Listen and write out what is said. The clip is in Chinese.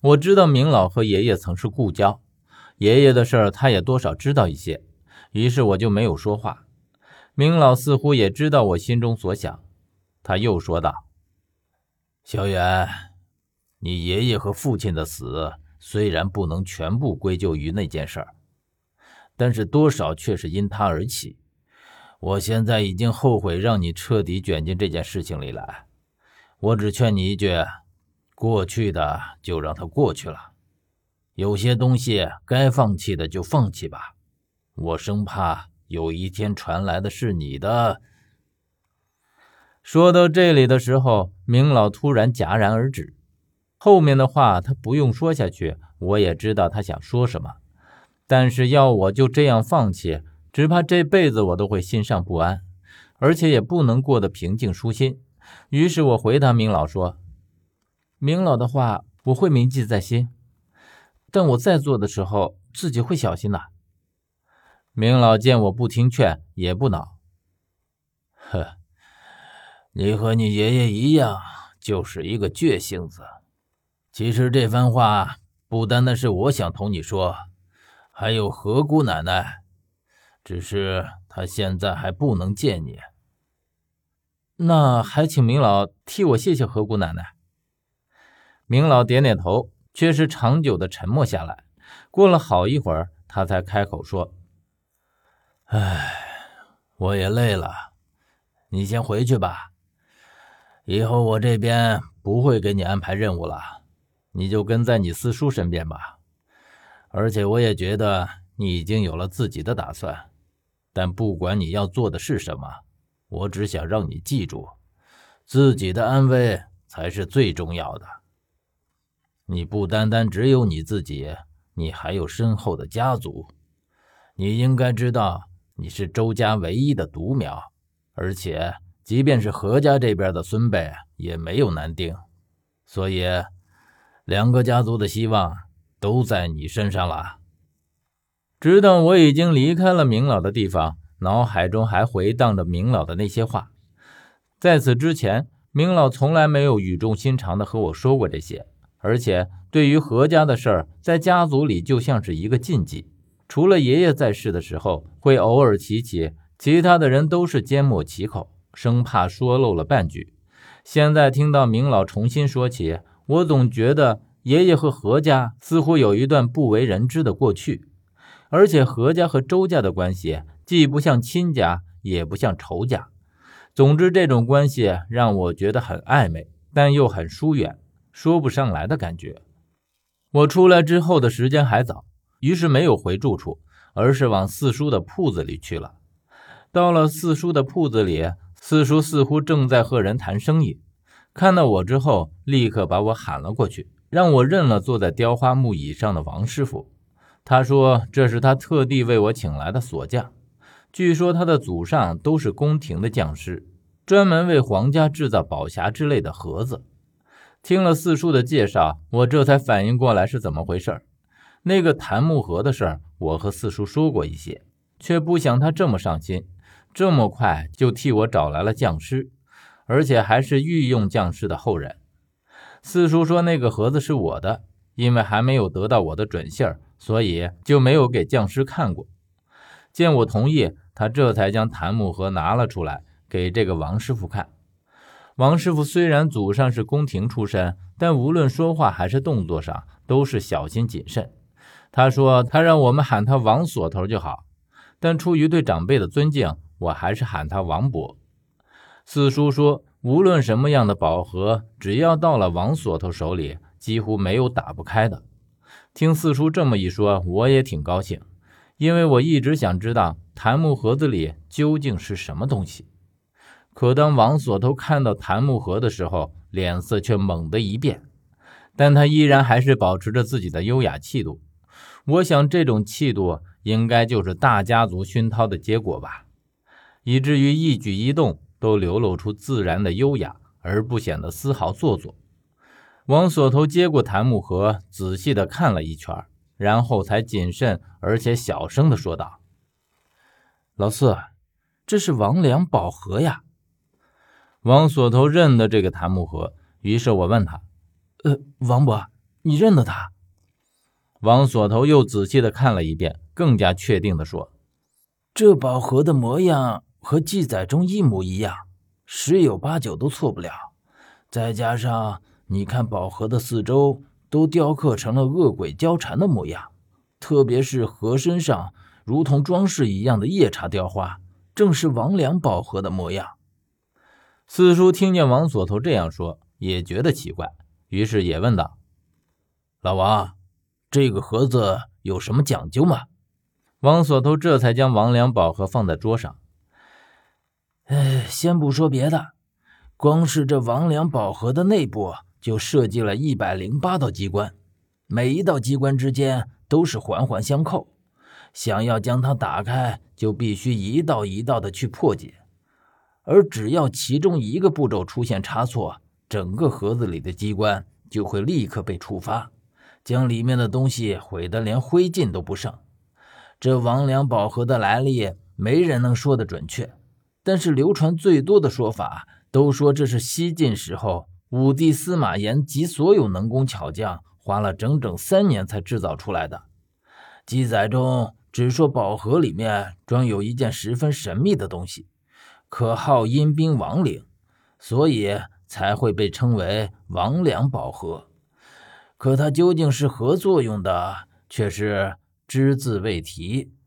我知道明老和爷爷曾是故交，爷爷的事儿他也多少知道一些，于是我就没有说话。明老似乎也知道我心中所想，他又说道： 小远，你爷爷和父亲的死虽然不能全部归咎于那件事儿，但是多少却是因他而起。我现在已经后悔让你彻底卷进这件事情里来，我只劝你一句，过去的就让它过去了，有些东西该放弃的就放弃吧，我生怕有一天传来的是你的。 说到这里的时候，明老突然戛然而止，后面的话他不用说下去，我也知道他想说什么，但是要我就这样放弃，只怕这辈子我都会心上不安，而且也不能过得平静舒心。于是我回答明老说，明老的话我会铭记在心，但我在做的时候自己会小心的。明老见我不听劝也不恼， 呵，你和你爷爷一样，就是一个倔性子。其实这番话不单单是我想同你说，还有何姑奶奶，只是她现在还不能见你。 那还请明老替我谢谢何姑奶奶。明老点点头，却是长久的沉默下来。过了好一会儿，他才开口说， 唉，我也累了，你先回去吧。以后我这边不会给你安排任务了，你就跟在你四叔身边吧。而且我也觉得你已经有了自己的打算，但不管你要做的是什么，我只想让你记住，自己的安危才是最重要的。你不单单只有你自己，你还有深厚的家族。你应该知道，你是周家唯一的独苗，而且即便是何家这边的孙辈也没有男丁，所以两个家族的希望都在你身上了。 直到我已经离开了明老的地方，脑海中还回荡着明老的那些话。在此之前，明老从来没有语重心长地和我说过这些，而且对于何家的事儿，在家族里就像是一个禁忌，除了爷爷在世的时候会偶尔提起，其他的人都是缄默其口，生怕说漏了半句。现在听到明老重新说起，我总觉得爷爷和何家似乎有一段不为人知的过去，而且何家和周家的关系既不像亲家，也不像仇家。总之这种关系让我觉得很暧昧，但又很疏远，说不上来的感觉。我出来之后的时间还早，于是没有回住处，而是往四叔的铺子里去了。到了四叔的铺子里，四叔似乎正在和人谈生意，看到我之后立刻把我喊了过去，让我认了坐在雕花木椅上的王师傅。他说这是他特地为我请来的锁匠，据说他的祖上都是宫廷的匠师，专门为皇家制造宝匣之类的盒子。听了四叔的介绍，我这才反应过来是怎么回事。那个檀木盒的事儿，我和四叔说过一些，却不想他这么上心，这么快就替我找来了匠师，而且还是御用匠师的后人。四叔说那个盒子是我的，因为还没有得到我的准信儿，所以就没有给匠师看过。见我同意，他这才将檀木盒拿了出来，给这个王师傅看。王师傅虽然祖上是宫廷出身，但无论说话还是动作上都是小心谨慎。他说他让我们喊他王锁头就好，但出于对长辈的尊敬，我还是喊他王伯。四叔说无论什么样的宝盒，只要到了王锁头手里，几乎没有打不开的。听四叔这么一说，我也挺高兴，因为我一直想知道檀木盒子里究竟是什么东西。可当王锁头看到檀木盒的时候，脸色却猛地一变，但他依然还是保持着自己的优雅气度。我想这种气度应该就是大家族熏陶的结果吧，以至于一举一动都流露出自然的优雅，而不显得丝毫做作。王锁头接过檀木盒，仔细地看了一圈，然后才谨慎而且小声地说道：老四，这是王良宝盒呀。王锁头认得这个檀木盒，于是我问他：王伯， 你认得他？ 王锁头又仔细地看了一遍，更加确定地说： 这宝盒的模样和记载中一模一样，10有8九都错不了。再加上你看宝盒的四周都雕刻成了恶鬼交缠的模样，特别是盒身上如同装饰一样的夜叉雕花，正是王良宝盒的模样。 四叔听见王锁头这样说，也觉得奇怪，于是也问道： 老王，这个盒子有什么讲究吗？ 王锁头这才将王良宝盒放在桌上。 先不说别的，光是这王良宝盒的内部就设计了108道机关，每一道机关之间都是环环相扣，想要将它打开，就必须一道一道的去破解。而只要其中一个步骤出现差错，整个盒子里的机关就会立刻被触发，将里面的东西毁得连灰烬都不剩。这王良宝盒的来历，没人能说得准确，但是流传最多的说法都说这是西晋时候武帝司马炎及所有能工巧匠花了整整3年才制造出来的。记载中只说宝盒里面装有一件十分神秘的东西，可号阴兵王灵，所以才会被称为王良宝盒。可它究竟是何作用的，却是只字未提。